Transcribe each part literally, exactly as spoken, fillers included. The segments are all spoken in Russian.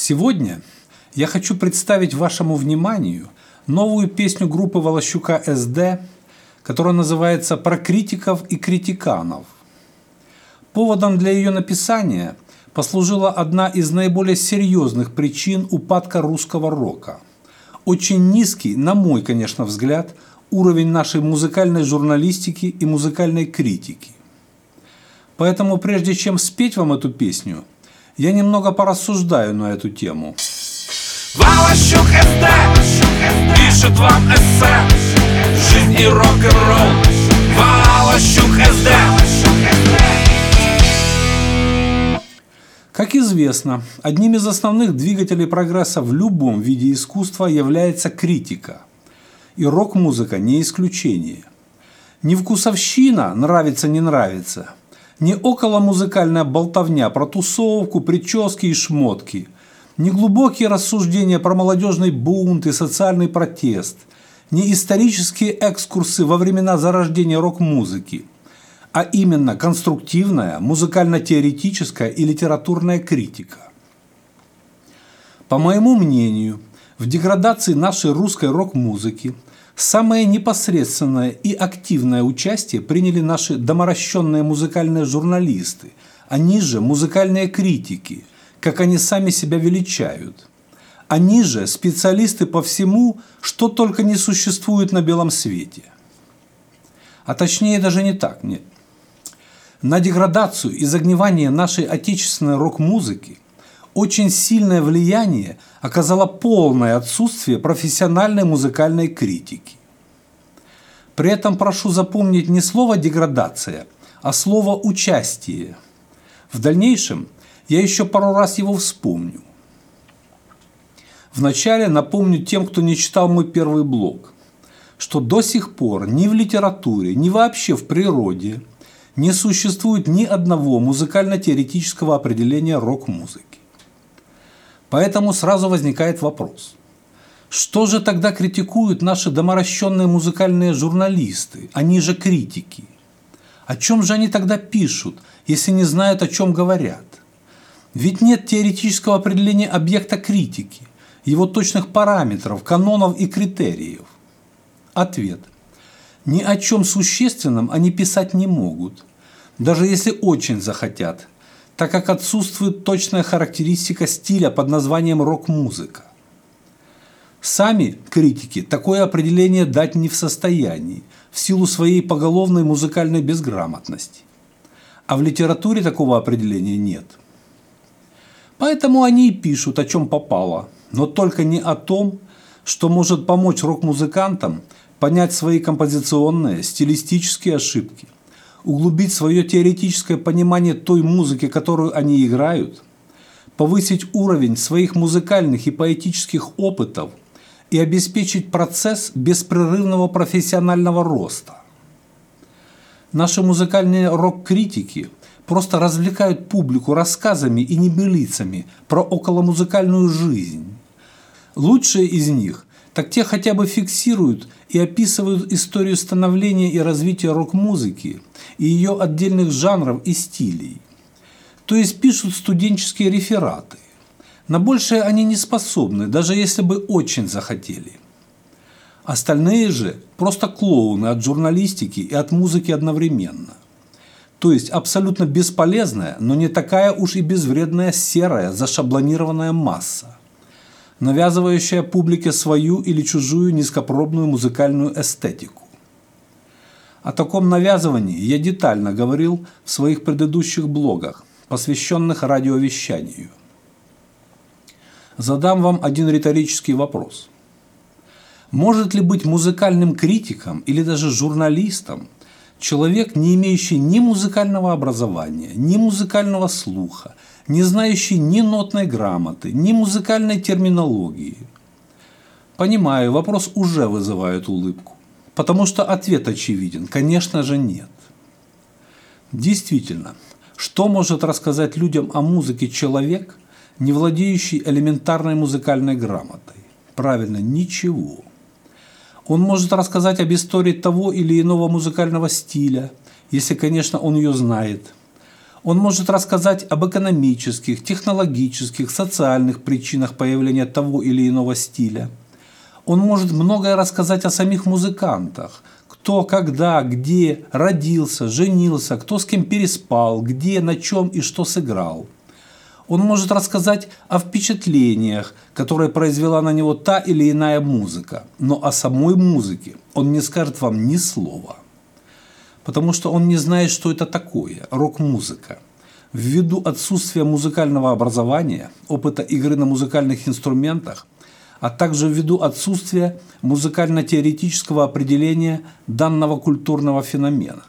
Сегодня я хочу представить вашему вниманию новую песню группы Волощука эс дэ, которая называется «Про критиков и критиканов». Поводом для ее написания послужила одна из наиболее серьезных причин упадка русского рока. Очень низкий, на мой, конечно, взгляд, уровень нашей музыкальной журналистики и музыкальной критики. Поэтому прежде чем спеть вам эту песню, я немного порассуждаю на эту тему. Волощук эс дэ пишет вам эссе «Жизнь и рок-н-ролл». Волощук эс дэ. Как известно, одним из основных двигателей прогресса в любом виде искусства является критика. И рок-музыка не исключение. Не вкусовщина, нравится-не нравится, не околомузыкальная болтовня про тусовку, прически и шмотки, не глубокие рассуждения про молодежный бунт и социальный протест, не исторические экскурсы во времена зарождения рок-музыки, а именно конструктивная, музыкально-теоретическая и литературная критика. По моему мнению, в деградации нашей русской рок-музыки самое непосредственное и активное участие приняли наши доморощенные музыкальные журналисты, они же музыкальные критики, как они сами себя величают. Они же специалисты по всему, что только не существует на белом свете. А точнее даже не так, нет. На деградацию и загнивание нашей отечественной рок-музыки очень сильное влияние оказало полное отсутствие профессиональной музыкальной критики. При этом прошу запомнить не слово «деградация», а слово «участие». В дальнейшем я еще пару раз его вспомню. Вначале напомню тем, кто не читал мой первый блог, что до сих пор ни в литературе, ни вообще в природе не существует ни одного музыкально-теоретического определения рок-музыки. Поэтому сразу возникает вопрос. Что же тогда критикуют наши доморощенные музыкальные журналисты, они же критики? О чем же они тогда пишут, если не знают, о чем говорят? Ведь нет теоретического определения объекта критики, его точных параметров, канонов и критериев. Ответ. Ни о чем существенном они писать не могут, даже если очень захотят, так как отсутствует точная характеристика стиля под названием рок-музыка. Сами критики такое определение дать не в состоянии, в силу своей поголовной музыкальной безграмотности. А в литературе такого определения нет. Поэтому они и пишут, о чем попало, но только не о том, что может помочь рок-музыкантам понять свои композиционные, стилистические ошибки, углубить свое теоретическое понимание той музыки, которую они играют, повысить уровень своих музыкальных и поэтических опытов и обеспечить процесс беспрерывного профессионального роста. Наши музыкальные рок-критики просто развлекают публику рассказами и небылицами про околомузыкальную жизнь. Лучшие из них так те хотя бы фиксируют и описывают историю становления и развития рок-музыки и ее отдельных жанров и стилей. То есть пишут студенческие рефераты. На большее они не способны, даже если бы очень захотели. Остальные же просто клоуны от журналистики и от музыки одновременно. То есть абсолютно бесполезная, но не такая уж и безвредная серая зашаблонированная масса, навязывающая публике свою или чужую низкопробную музыкальную эстетику. О таком навязывании я детально говорил в своих предыдущих блогах, посвященных радиовещанию. Задам вам один риторический вопрос. Может ли быть музыкальным критиком или даже журналистом человек, не имеющий ни музыкального образования, ни музыкального слуха, не знающий ни нотной грамоты, ни музыкальной терминологии? Понимаю, вопрос уже вызывает улыбку, потому что ответ очевиден, конечно же нет. Действительно, что может рассказать людям о музыке человек, не владеющий элементарной музыкальной грамотой? Правильно, ничего. Он может рассказать об истории того или иного музыкального стиля, если, конечно, он ее знает. Он может рассказать об экономических, технологических, социальных причинах появления того или иного стиля. Он может многое рассказать о самих музыкантах. Кто, когда, где родился, женился, кто с кем переспал, где, на чем и что сыграл. Он может рассказать о впечатлениях, которые произвела на него та или иная музыка. Но о самой музыке он не скажет вам ни слова. Потому что он не знает, что это такое – рок-музыка. Ввиду отсутствия музыкального образования, опыта игры на музыкальных инструментах, а также ввиду отсутствия музыкально-теоретического определения данного культурного феномена.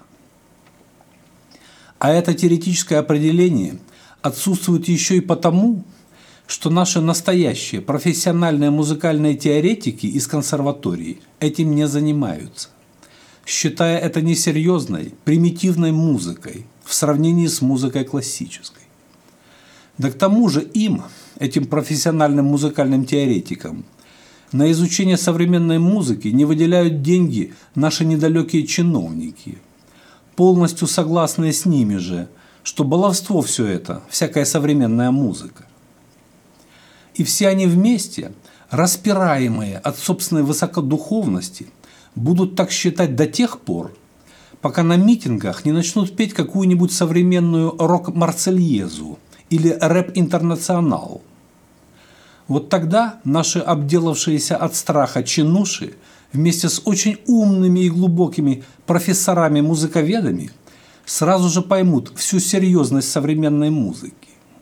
А это теоретическое определение отсутствует еще и потому, что наши настоящие профессиональные музыкальные теоретики из консерватории этим не занимаются, считая это несерьезной, примитивной музыкой в сравнении с музыкой классической. Да к тому же им, этим профессиональным музыкальным теоретикам, на изучение современной музыки не выделяют деньги наши недалекие чиновники, полностью согласные с ними же, что баловство все это, всякая современная музыка. И все они вместе, распираемые от собственной высокодуховности, будут так считать до тех пор, пока на митингах не начнут петь какую-нибудь современную рок-марсельезу или рэп-интернационал. Вот тогда наши обделавшиеся от страха чинуши вместе с очень умными и глубокими профессорами-музыковедами сразу же поймут всю серьезность современной музыки.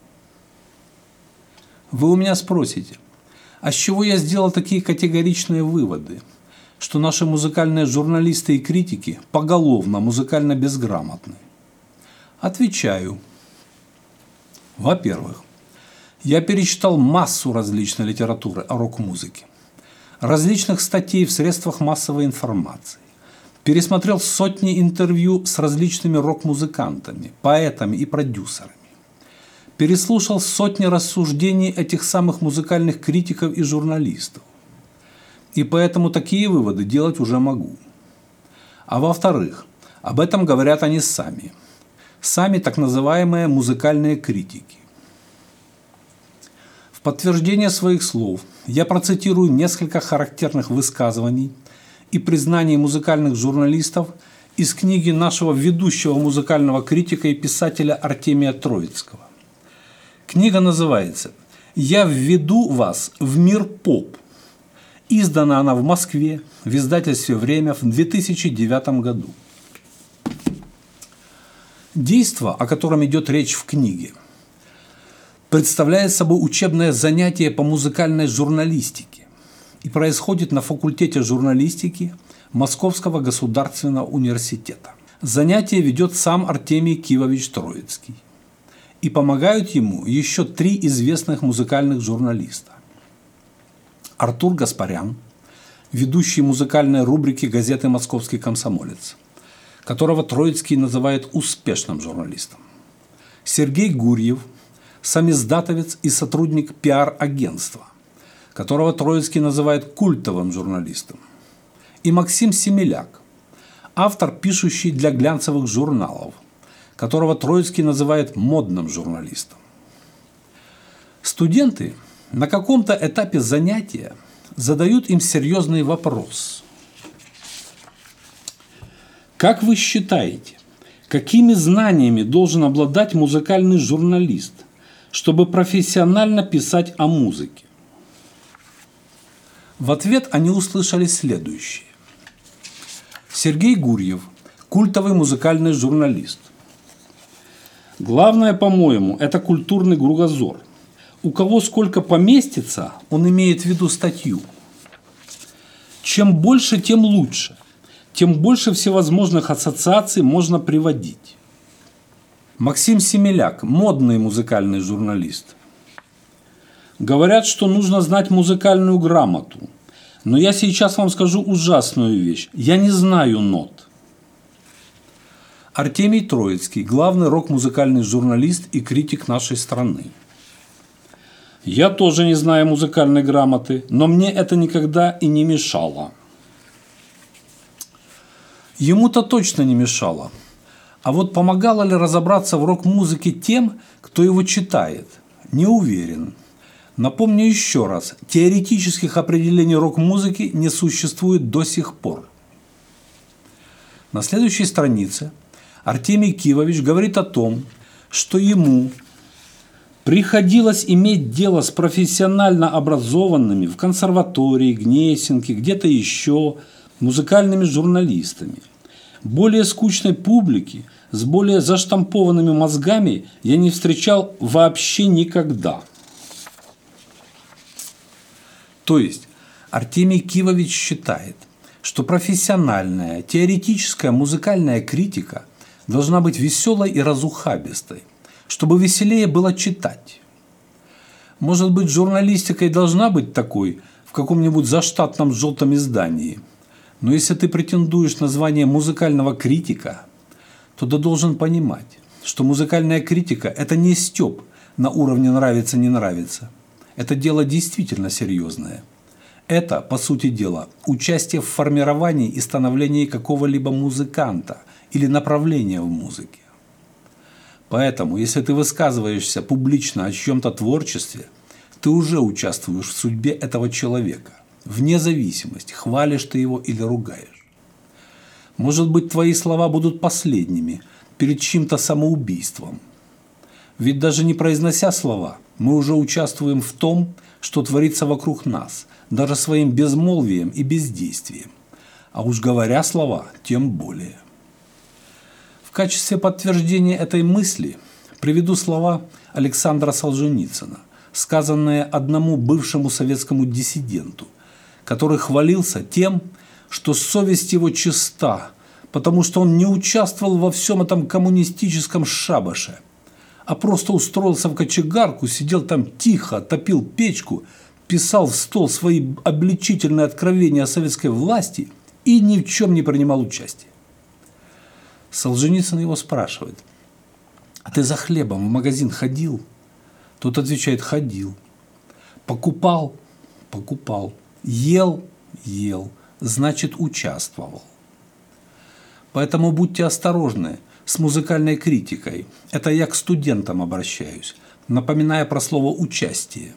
Вы у меня спросите, а с чего я сделал такие категоричные выводы, что наши музыкальные журналисты и критики поголовно музыкально безграмотны? Отвечаю. Во-первых, я перечитал массу различной литературы о рок-музыке, различных статей в средствах массовой информации, пересмотрел сотни интервью с различными рок-музыкантами, поэтами и продюсерами, переслушал сотни рассуждений этих самых музыкальных критиков и журналистов. И поэтому такие выводы делать уже могу. А во-вторых, об этом говорят они сами. Сами так называемые музыкальные критики. В подтверждение своих слов я процитирую несколько характерных высказываний и признаний музыкальных журналистов из книги нашего ведущего музыкального критика и писателя Артемия Троицкого. Книга называется «Я введу вас в мир поп». Издана она в Москве в издательстве «Время» в две тысячи девятом году. Действо, о котором идет речь в книге, представляет собой учебное занятие по музыкальной журналистике и происходит на факультете журналистики Московского государственного университета. Занятие ведет сам Артемий Кивович Троицкий. И помогают ему еще три известных музыкальных журналиста. Артур Гаспарян, ведущий музыкальной рубрики газеты «Московский комсомолец», которого Троицкий называет успешным журналистом. Сергей Гурьев, самиздатовец и сотрудник пиар-агентства, которого Троицкий называет культовым журналистом. И Максим Семеляк, автор, пишущий для глянцевых журналов, которого Троицкий называет модным журналистом. Студенты на каком-то этапе занятия задают им серьезный вопрос. Как вы считаете, какими знаниями должен обладать музыкальный журналист, чтобы профессионально писать о музыке? В ответ они услышали следующее. Сергей Гурьев, культовый музыкальный журналист. Главное, по-моему, это культурный кругозор. У кого сколько поместится, он имеет в виду статью. Чем больше, тем лучше. Тем больше всевозможных ассоциаций можно приводить. Максим Семеляк, модный музыкальный журналист. Говорят, что нужно знать музыкальную грамоту. Но я сейчас вам скажу ужасную вещь. Я не знаю нот. Артемий Троицкий, главный рок-музыкальный журналист и критик нашей страны. Я тоже не знаю музыкальной грамоты, но мне это никогда и не мешало. Ему-то точно не мешало. А вот помогало ли разобраться в рок-музыке тем, кто его читает? Не уверен. Напомню еще раз, теоретических определений рок-музыки не существует до сих пор. На следующей странице Артемий Кивович говорит о том, что ему приходилось иметь дело с профессионально образованными в консерватории, Гнесинке, где-то еще музыкальными журналистами. Более скучной публики с более заштампованными мозгами я не встречал вообще никогда. То есть Артемий Кивович считает, что профессиональная, теоретическая музыкальная критика должна быть веселой и разухабистой, чтобы веселее было читать. Может быть, журналистика и должна быть такой в каком-нибудь заштатном желтом издании, но если ты претендуешь на звание музыкального критика, то ты должен понимать, что музыкальная критика – это не стёб на уровне «нравится-не нравится». Это дело действительно серьезное. Это, по сути дела, участие в формировании и становлении какого-либо музыканта или направления в музыке. Поэтому, если ты высказываешься публично о чьем-то творчестве, ты уже участвуешь в судьбе этого человека, вне зависимости, хвалишь ты его или ругаешь. Может быть, твои слова будут последними перед чьим-то самоубийством. Ведь даже не произнося слова, мы уже участвуем в том, что творится вокруг нас, даже своим безмолвием и бездействием. А уж говоря слова, тем более. В качестве подтверждения этой мысли приведу слова Александра Солженицына, сказанные одному бывшему советскому диссиденту, который хвалился тем, что совесть его чиста, потому что он не участвовал во всем этом коммунистическом шабаше, а просто устроился в кочегарку, сидел там тихо, топил печку, писал в стол свои обличительные откровения о советской власти и ни в чем не принимал участия. Солженицын его спрашивает: «А ты за хлебом в магазин ходил?» Тот отвечает: «Ходил». «Покупал?» «Покупал». «Ел?» «Ел». Значит, участвовал. Поэтому будьте осторожны с музыкальной критикой. Это я к студентам обращаюсь, напоминая про слово «участие».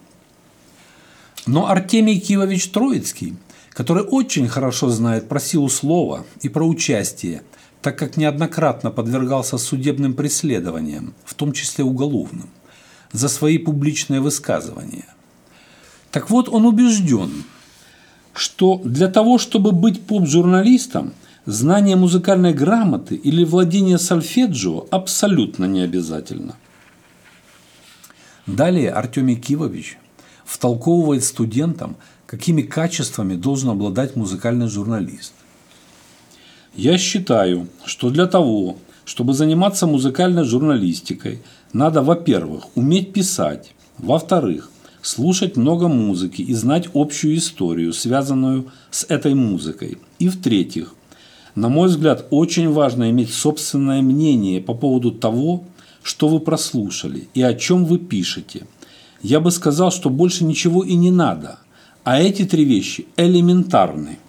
Но Артемий Кивович Троицкий, который очень хорошо знает про силу слова и про участие, так как неоднократно подвергался судебным преследованиям, в том числе уголовным, за свои публичные высказывания. Так вот, он убежден, что для того, чтобы быть поп-журналистом, знание музыкальной грамоты или владение сольфеджио абсолютно не обязательно. Далее Артемий Кивович втолковывает студентам, какими качествами должен обладать музыкальный журналист. Я считаю, что для того, чтобы заниматься музыкальной журналистикой, надо, во-первых, уметь писать, во-вторых, слушать много музыки и знать общую историю, связанную с этой музыкой, и, в-третьих, на мой взгляд, очень важно иметь собственное мнение по поводу того, что вы прослушали и о чем вы пишете. Я бы сказал, что больше ничего и не надо, а эти три вещи элементарны.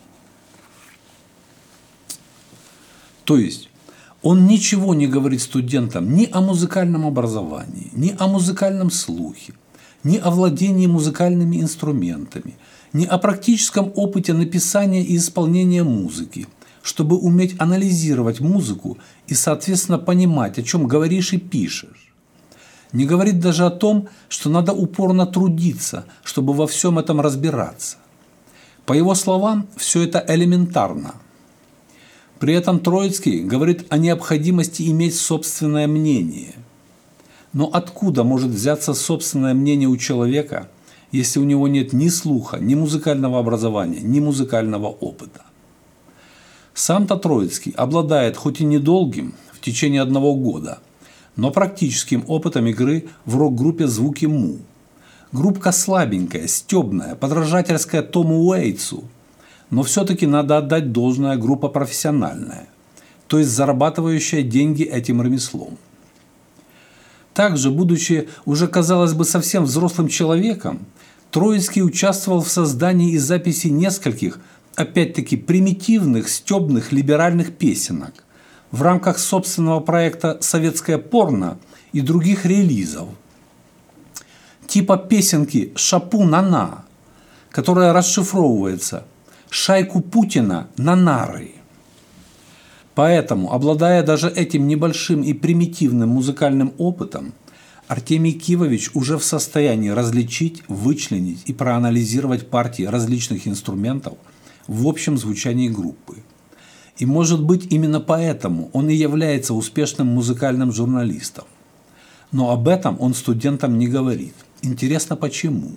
То есть он ничего не говорит студентам ни о музыкальном образовании, ни о музыкальном слухе, ни о владении музыкальными инструментами, ни о практическом опыте написания и исполнения музыки, чтобы уметь анализировать музыку и, соответственно, понимать, о чем говоришь и пишешь. Не говорит даже о том, что надо упорно трудиться, чтобы во всем этом разбираться. По его словам, все это элементарно. При этом Троицкий говорит о необходимости иметь собственное мнение. Но откуда может взяться собственное мнение у человека, если у него нет ни слуха, ни музыкального образования, ни музыкального опыта? Сам-то Троицкий обладает хоть и недолгим, в течение одного года, но практическим опытом игры в рок-группе «Звуки Му». Группка слабенькая, стёбная, подражательская Тому Уэйтсу, но все-таки надо отдать должное, группа профессиональная, то есть зарабатывающая деньги этим ремеслом. Также, будучи уже, казалось бы, совсем взрослым человеком, Троицкий участвовал в создании и записи нескольких, опять-таки, примитивных, стёбных, либеральных песенок, в рамках собственного проекта «Советское порно» и других релизов, типа песенки «Шапу-на-на», которая расшифровывается «Шайку Путина на нары». Поэтому, обладая даже этим небольшим и примитивным музыкальным опытом, Артемий Кивович уже в состоянии различить, вычленить и проанализировать партии различных инструментов в общем звучании группы. И, может быть, именно поэтому он и является успешным музыкальным журналистом. Но об этом он студентам не говорит. Интересно, почему?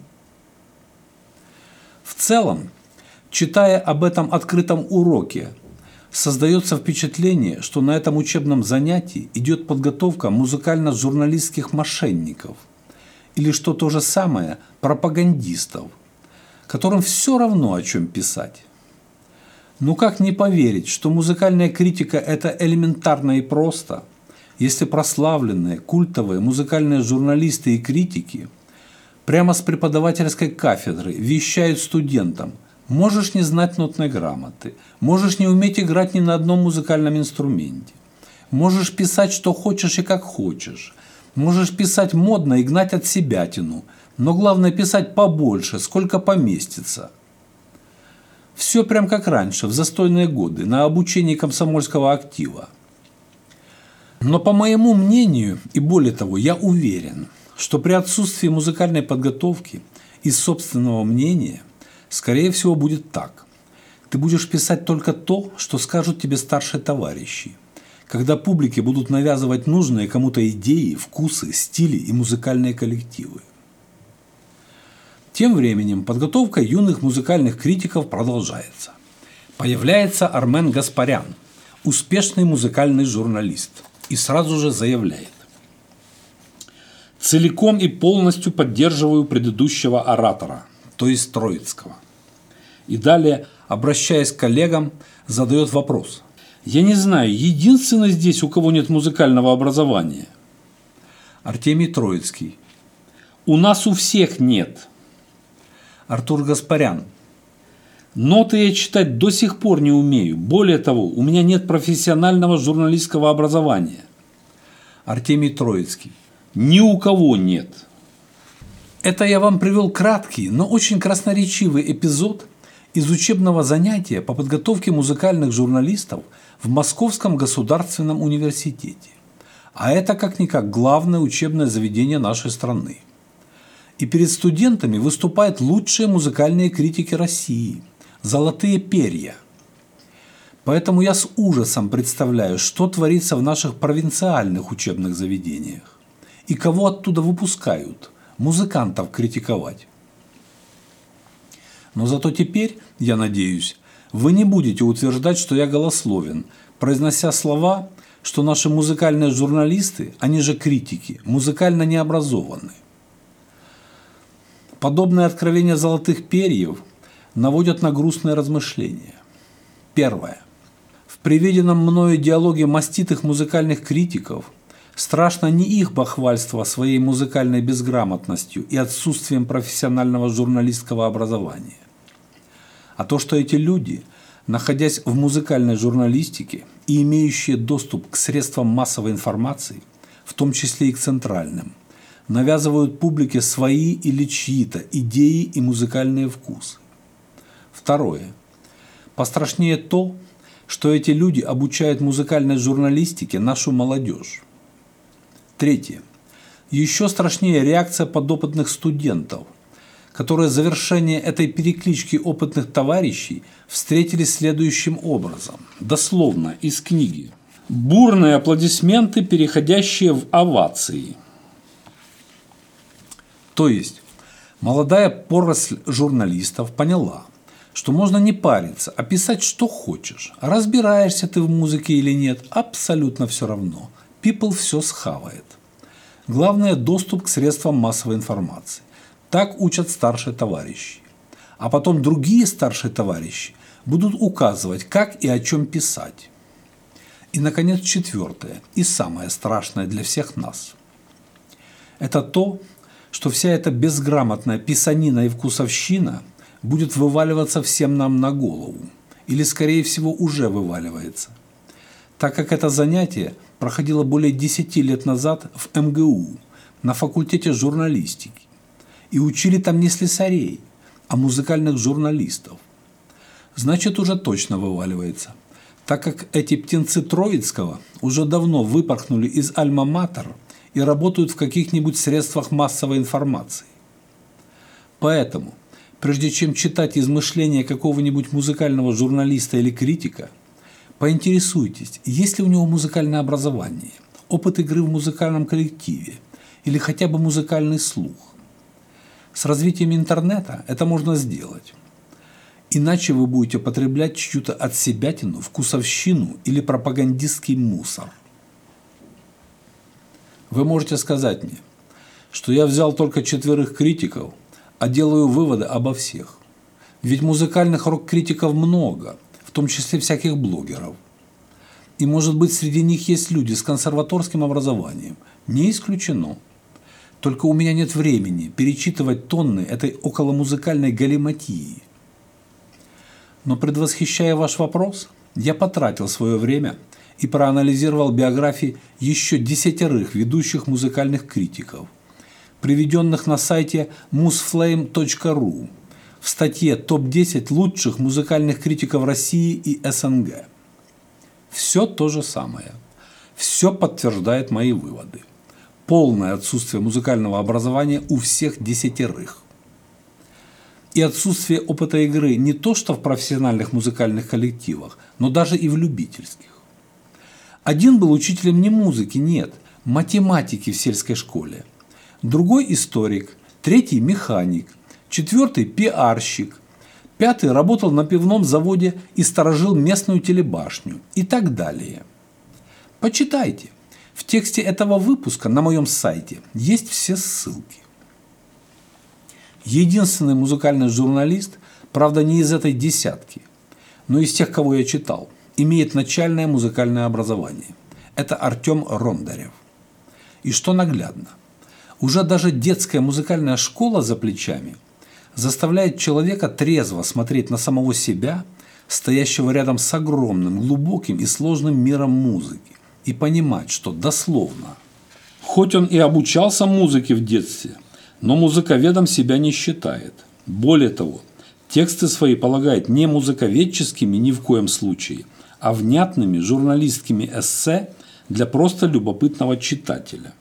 В целом, читая об этом открытом уроке, создается впечатление, что на этом учебном занятии идет подготовка музыкально-журналистских мошенников или, что то же самое, пропагандистов, которым все равно, о чем писать. Ну как не поверить, что музыкальная критика – это элементарно и просто, если прославленные, культовые музыкальные журналисты и критики прямо с преподавательской кафедры вещают студентам: можешь не знать нотной грамоты, можешь не уметь играть ни на одном музыкальном инструменте, можешь писать, что хочешь и как хочешь, можешь писать модно и гнать от себятину, но главное писать побольше, сколько поместится. Все прям как раньше, в застойные годы, на обучении комсомольского актива. Но по моему мнению, и более того, я уверен, что при отсутствии музыкальной подготовки и собственного мнения, скорее всего, будет так. Ты будешь писать только то, что скажут тебе старшие товарищи, когда публике будут навязывать нужные кому-то идеи, вкусы, стили и музыкальные коллективы. Тем временем подготовка юных музыкальных критиков продолжается. Появляется Армен Гаспарян, успешный музыкальный журналист, и сразу же заявляет: целиком и полностью поддерживаю предыдущего оратора, то есть Троицкого. И далее, обращаясь к коллегам, задает вопрос: я не знаю, единственный здесь, у кого нет музыкального образования? Артемий Троицкий: у нас у всех нет. Артур Гаспарян: ноты я читать до сих пор не умею. Более того, у меня нет профессионального журналистского образования. Артемий Троицкий: ни у кого нет. Это я вам привел краткий, но очень красноречивый эпизод из учебного занятия по подготовке музыкальных журналистов в Московском государственном университете. А это как-никак главное учебное заведение нашей страны. И перед студентами выступают лучшие музыкальные критики России – золотые перья. Поэтому я с ужасом представляю, что творится в наших провинциальных учебных заведениях. И кого оттуда выпускают – музыкантов критиковать. Но зато теперь, я надеюсь, вы не будете утверждать, что я голословен, произнося слова, что наши музыкальные журналисты, они же критики, музыкально не образованы. Подобные откровения золотых перьев наводят на грустные размышления. Первое. В приведенном мною диалоге маститых музыкальных критиков страшно не их бахвальство своей музыкальной безграмотностью и отсутствием профессионального журналистского образования, а то, что эти люди, находясь в музыкальной журналистике и имеющие доступ к средствам массовой информации, в том числе и к центральным, навязывают публике свои или чьи-то идеи и музыкальные вкусы. Второе. Пострашнее то, что эти люди обучают музыкальной журналистике нашу молодежь. Третье. Еще страшнее реакция подопытных студентов, которые завершение этой переклички опытных товарищей встретили следующим образом, дословно из книги. Бурные аплодисменты, переходящие в овации. То есть, молодая поросль журналистов поняла, что можно не париться, а писать, что хочешь. Разбираешься ты в музыке или нет, абсолютно все равно. People все схавает. Главное – доступ к средствам массовой информации. Так учат старшие товарищи. А потом другие старшие товарищи будут указывать, как и о чем писать. И, наконец, четвертое, и самое страшное для всех нас. Это то, что вся эта безграмотная писанина и вкусовщина будет вываливаться всем нам на голову. Или, скорее всего, уже вываливается. так как это занятие проходило более десяти лет назад в эм гэ у на факультете журналистики. И учили там не слесарей, а музыкальных журналистов. Значит, уже точно вываливается, так как эти птенцы Троицкого уже давно выпорхнули из Альма-Матер и работают в каких-нибудь средствах массовой информации. Поэтому, прежде чем читать измышления какого-нибудь музыкального журналиста или критика, поинтересуйтесь, есть ли у него музыкальное образование, опыт игры в музыкальном коллективе или хотя бы музыкальный слух. С развитием интернета это можно сделать. Иначе вы будете потреблять чью-то отсебятину, вкусовщину или пропагандистский мусор. Вы можете сказать мне, что я взял только четверых критиков, а делаю выводы обо всех. Ведь музыкальных рок-критиков много, в том числе всяких блогеров. И, может быть, среди них есть люди с консерваторским образованием. Не исключено. Только у меня нет времени перечитывать тонны этой околомузыкальной галиматьи. Но, предвосхищая ваш вопрос, я потратил свое время и проанализировал биографии еще десятерых ведущих музыкальных критиков, приведенных на сайте музфлейм точка ру в статье «Топ десять лучших музыкальных критиков России и эс эн гэ». Все то же самое. Все подтверждает мои выводы. Полное отсутствие музыкального образования у всех десятерых. И отсутствие опыта игры не то что в профессиональных музыкальных коллективах, но даже и в любительских. Один был учителем не музыки, нет, математики в сельской школе. Другой историк, третий механик, четвертый пиарщик, пятый работал на пивном заводе и сторожил местную телебашню и так далее. Почитайте. В тексте этого выпуска на моем сайте есть все ссылки. Единственный музыкальный журналист, правда не из этой десятки, но из тех, кого я читал, имеет начальное музыкальное образование. Это Артем Рондарев. И что наглядно, уже даже детская музыкальная школа за плечами заставляет человека трезво смотреть на самого себя, стоящего рядом с огромным, глубоким и сложным миром музыки, и понимать, что дословно, хоть он и обучался музыке в детстве, но музыковедом себя не считает. Более того, тексты свои полагает не музыковедческими ни в коем случае, а внятными журналистскими эссе для просто любопытного читателя.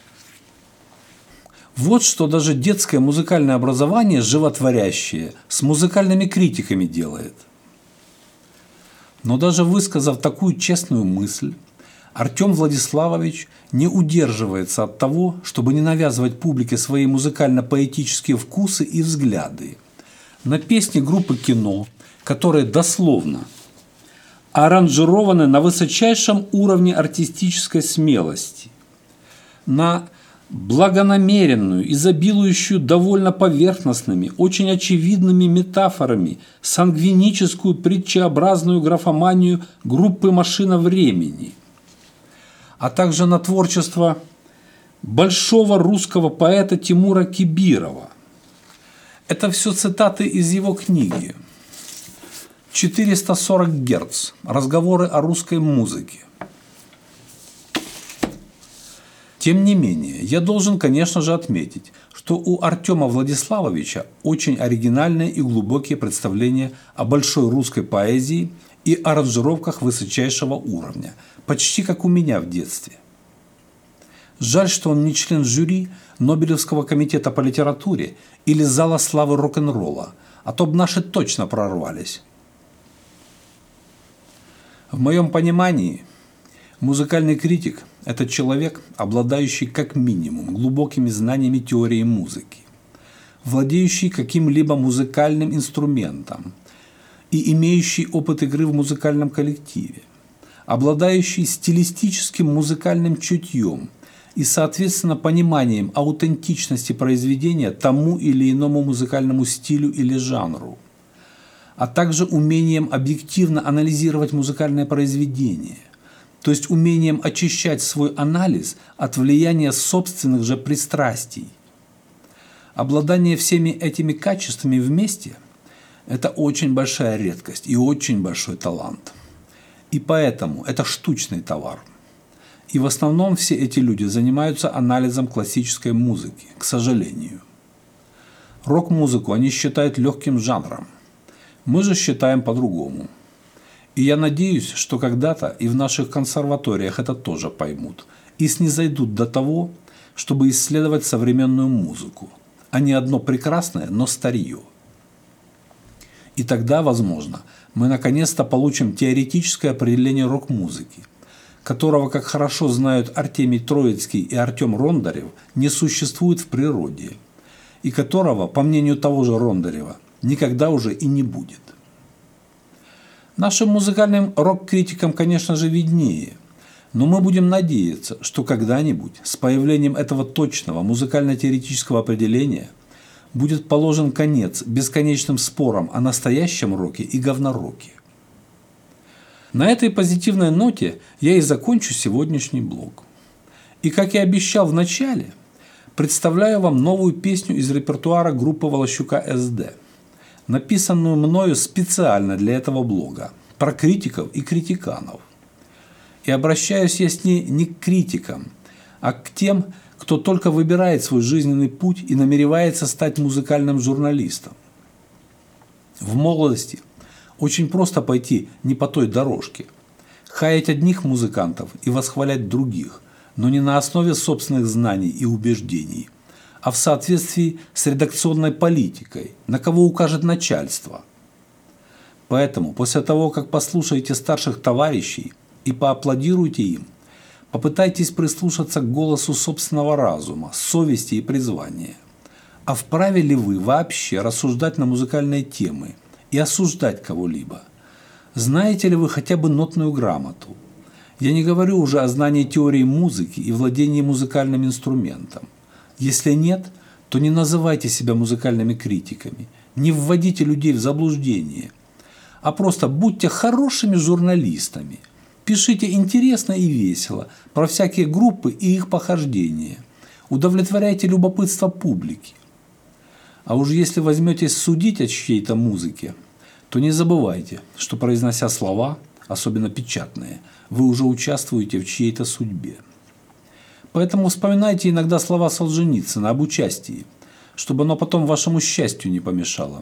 Вот что даже детское музыкальное образование животворящее с музыкальными критиками делает. Но даже высказав такую честную мысль, Артем Владиславович не удерживается от того, чтобы не навязывать публике свои музыкально-поэтические вкусы и взгляды на песни группы «Кино», которые дословно аранжированы на высочайшем уровне артистической смелости, на благонамеренную, изобилующую довольно поверхностными, очень очевидными метафорами сангвиническую притчеобразную графоманию группы «Машина времени», а также на творчество большого русского поэта Тимура Кибирова. Это все цитаты из его книги «четыреста сорок герц. Разговоры о русской музыке». Тем не менее, я должен, конечно же, отметить, что у Артема Владиславовича очень оригинальные и глубокие представления о большой русской поэзии и аранжировках высочайшего уровня, почти как у меня в детстве. Жаль, что он не член жюри Нобелевского комитета по литературе или Зала славы рок-н-ролла, а то бы наши точно прорвались. В моем понимании, музыкальный критик – это человек, обладающий как минимум глубокими знаниями теории музыки, владеющий каким-либо музыкальным инструментом и имеющий опыт игры в музыкальном коллективе, обладающий стилистическим музыкальным чутьем и, соответственно, пониманием аутентичности произведения тому или иному музыкальному стилю или жанру, а также умением объективно анализировать музыкальное произведение, то есть умением очищать свой анализ от влияния собственных же пристрастий. Обладание всеми этими качествами вместе – это очень большая редкость и очень большой талант. И поэтому это штучный товар. И в основном все эти люди занимаются анализом классической музыки, к сожалению. Рок-музыку они считают легким жанром. Мы же считаем по-другому. И я надеюсь, что когда-то и в наших консерваториях это тоже поймут и снизойдут до того, чтобы исследовать современную музыку, а не одно прекрасное, но старье. И тогда, возможно, мы наконец-то получим теоретическое определение рок-музыки, которого, как хорошо знают Артемий Троицкий и Артем Рондарев, не существует в природе, и которого, по мнению того же Рондарева, никогда уже и не будет. Нашим музыкальным рок-критикам, конечно же, виднее, но мы будем надеяться, что когда-нибудь с появлением этого точного музыкально-теоретического определения будет положен конец бесконечным спорам о настоящем роке и говнороке. На этой позитивной ноте я и закончу сегодняшний блог. И, как я обещал в начале, представляю вам новую песню из репертуара группы Волощука эс дэ, написанную мною специально для этого блога, про критиков и критиканов. И обращаюсь я с ней не к критикам, а к тем, кто только выбирает свой жизненный путь и намеревается стать музыкальным журналистом. В молодости очень просто пойти не по той дорожке, хаять одних музыкантов и восхвалять других, но не на основе собственных знаний и убеждений, а в соответствии с редакционной политикой, на кого укажет начальство. Поэтому после того, как послушаете старших товарищей и поаплодируйте им, попытайтесь прислушаться к голосу собственного разума, совести и призвания. А вправе ли вы вообще рассуждать на музыкальные темы и осуждать кого-либо? Знаете ли вы хотя бы нотную грамоту? Я не говорю уже о знании теории музыки и владении музыкальным инструментом. Если нет, то не называйте себя музыкальными критиками, не вводите людей в заблуждение, а просто будьте хорошими журналистами. Пишите интересно и весело про всякие группы и их похождения. Удовлетворяйте любопытство публики. А уж если возьметесь судить о чьей-то музыке, то не забывайте, что, произнося слова, особенно печатные, вы уже участвуете в чьей-то судьбе. Поэтому вспоминайте иногда слова Солженицына об участии, чтобы оно потом вашему счастью не помешало.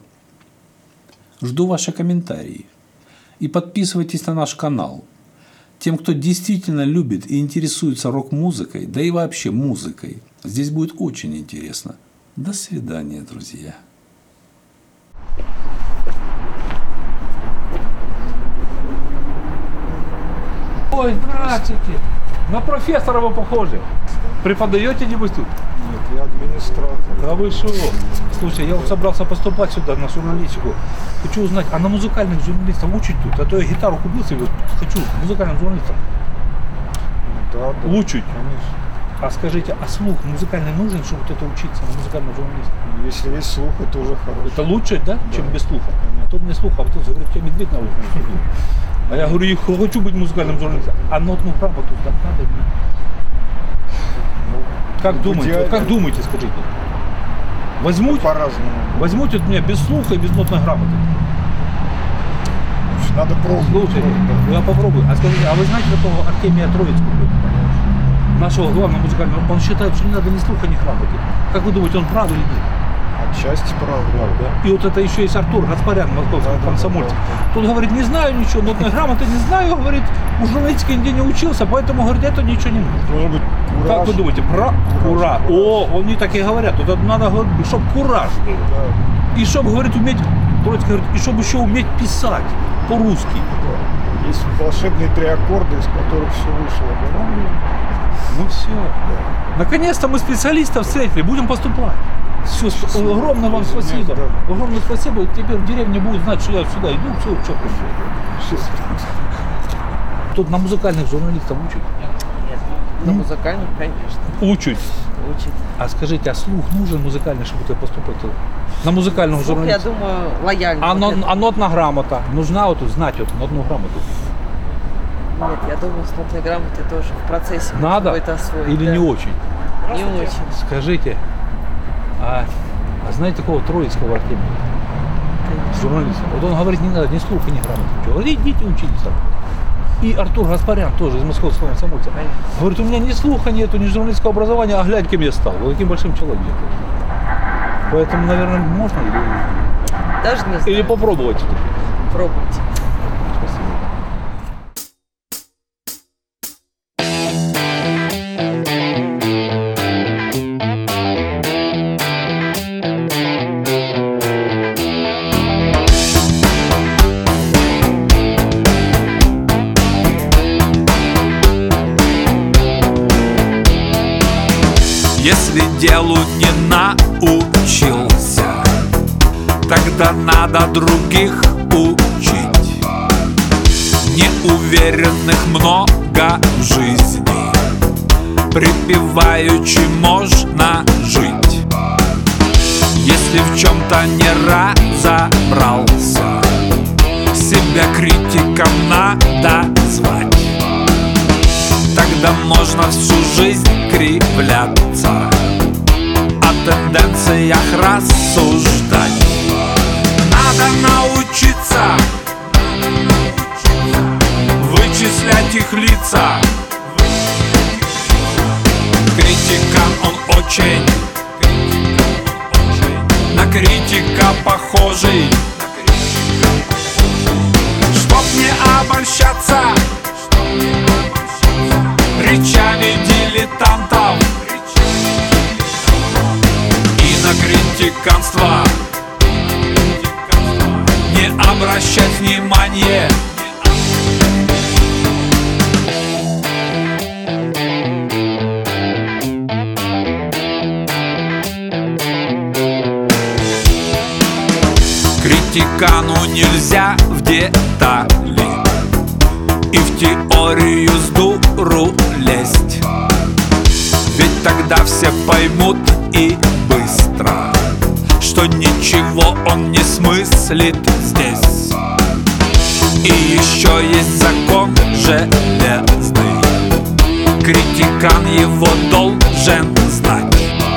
Жду ваши комментарии. И подписывайтесь на наш канал. Тем, кто действительно любит и интересуется рок-музыкой, да и вообще музыкой, здесь будет очень интересно. До свидания, друзья. Ой, здравствуйте! На профессора вы похожи. Преподаете нибудь тут? Нет, я администратор. Да вы шо? Слушай, я вот собрался поступать сюда на журналистику. Хочу узнать, а на музыкальных журналистов учат тут? А то я гитару купил себе, хочу музыкальным журналистам. Да, да. Учат? Конечно. А скажите, а слух музыкальный нужен, чтобы вот это учиться на музыкальном журналисте? Если есть слух, это уже хорошо. Это лучше, да, Да. чем без слуха? А то мне слух, а потом говорит, я медведь на ухо. А я говорю, я хочу быть музыкальным журналистом. А нотную грамоту сдать надо? Ну, Как в думаете? идеале- Вот как думаете, скажите? Возьмут? По-разному. Возьмете от меня без слуха и без нотной грамоты? Надо пробовать. Слушайте, я попробую. А скажите, а вы знаете такого Артемия Троицкого? Нашего главного музыкального. Он считает, что не надо ни слуха, ни грамоты. Как вы думаете, он прав или нет? Отчасти правда. И вот это еще есть Артур Гаспарян, московский Да, да, комсомольец. да, да. Тут говорит, не знаю ничего, нотной грамоты не знаю, говорит, у журналистики нигде не учился, поэтому, говорит, это ничего не нужно. Должен быть кураж. Как вы думаете, про кураж? О, они так и говорят, вот это надо, чтобы кураж был. Да, И чтобы, говорит, уметь, Троицкий говорит, и чтобы еще уметь писать по-русски. да. Есть волшебные три аккорда, из которых все вышло. Да? Ну все. Наконец-то мы специалистов встретили, будем поступать. Все, огромное вам спасибо. Да. Огромное спасибо. Теперь в деревне будут знать, что я сюда иду, все, что пришел. Тут на музыкальных журналистов учат. Нет, на музыкальном, конечно, Учат. учит. А скажите, а слух нужен музыкальный, чтобы ты поступать на музыкального Слух, я журналиста? думаю, лояльно. А, вот но, это. а нотная грамота нужна вот знать вот нотную грамоту? Нет, я думаю, с нотной грамотой тоже в процессе Надо какой-то освоить. или да. не очень? Не очень. Скажите, а, а знаете такого Троицкого Артемия? Конечно. Журналиста. Вот он говорит, не надо ни слуха, ни грамоты. Говорит, идите учитесь там. И Артур Гаспарян тоже из московского комсомольца. Говорит, у меня ни слуха нету, ни журналистского образования, а глянь, кем я стал. Вот таким большим человеком. Поэтому, наверное, можно или... Даже не знаю. Или попробовать. Пробуйте. Спасибо. Если делу не научился, тогда надо других учить. Неуверенных много в жизни, припеваючи можно жить. Если в чем-то не разобрался, себя критиком надо звать. Тогда можно всю жизнь кривляться, о тенденциях рассуждать. Надо научиться вычислять их лица. Критикан он очень, на критика похожий. Чтоб не обольщаться речами дилетантов и на критиканство не обращать внимания. Критикану нельзя в детали и в теорию с дуру лезть, ведь тогда все поймут и быстро, что ничего он не смыслит здесь. И еще есть закон железный, критикан его должен знать.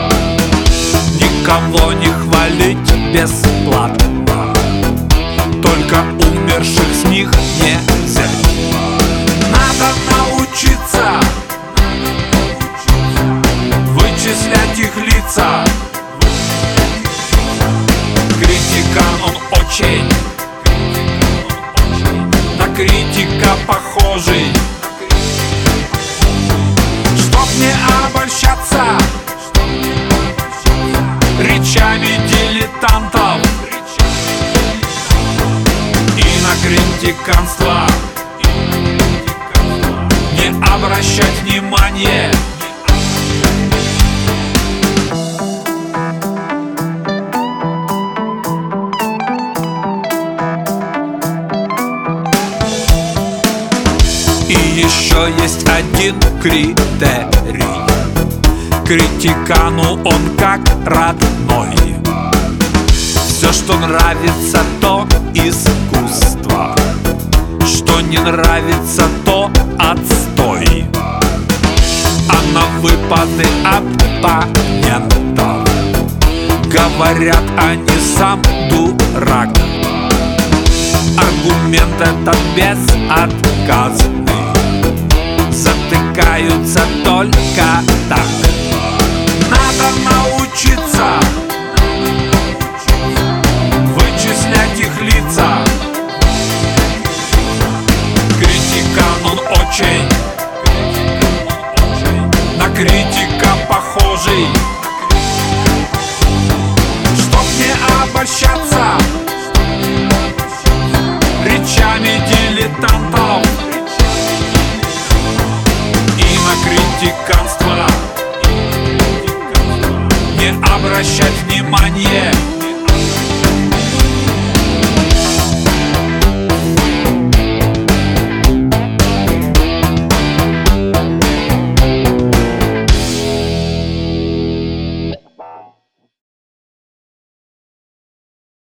Никого не хвалить бесплатно, только умерших с них не взять. Надо научиться вычислять их лица. Критикан он очень, на критика похожий. Чтоб не обольщаться речами дилетантов и на критиканство не обращать внимания. И еще есть один критерий. Критикану он как родной. Все, что нравится, то искусство, что не нравится, то отстой. А на выпады оппонентов говорят, они сам дурак. Аргумент этот безотказный, затыкаются только так. Надо научиться вычислять их лица. Критикан он очень, на критика похожий. Чтоб не обольщаться речами дилетантов и на критиканство не обращать внимания.